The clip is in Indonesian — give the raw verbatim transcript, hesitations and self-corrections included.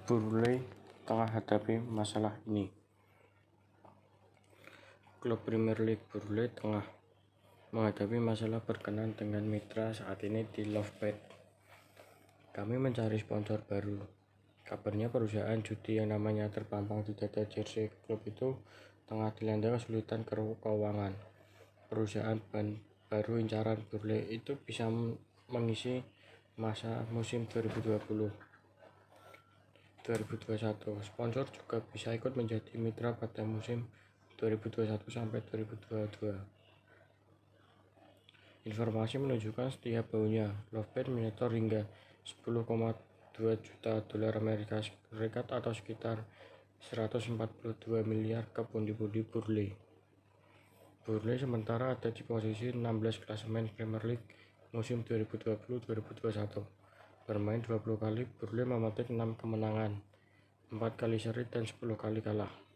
Burnley tengah hadapi masalah ini. Klub Premier League Burnley tengah menghadapi masalah berkenaan dengan mitra saat ini di Lovebird. Kami mencari sponsor baru. Kabarnya perusahaan judi yang namanya terpampang di data jersey klub itu tengah dilanda kesulitan keuangan. Perusahaan baru incaran Burnley itu bisa mengisi masa musim dua ribu dua puluh dua ribu dua puluh satu. Sponsor juga bisa ikut menjadi mitra pada musim dua ribu dua puluh satu sampai dua ribu dua puluh dua. Informasi menunjukkan setiap baunya Lovebird menyetor hingga sepuluh koma dua juta dolar Amerika Serikat atau sekitar seratus empat puluh dua miliar ke pundi-pundi Burnley. Burnley sementara ada di posisi enam belas klasemen Premier League musim dua ribu dua puluh dua ribu dua puluh satu. Bermain dua puluh kali, Burnley memetik enam kemenangan, empat kali seri dan sepuluh kali kalah.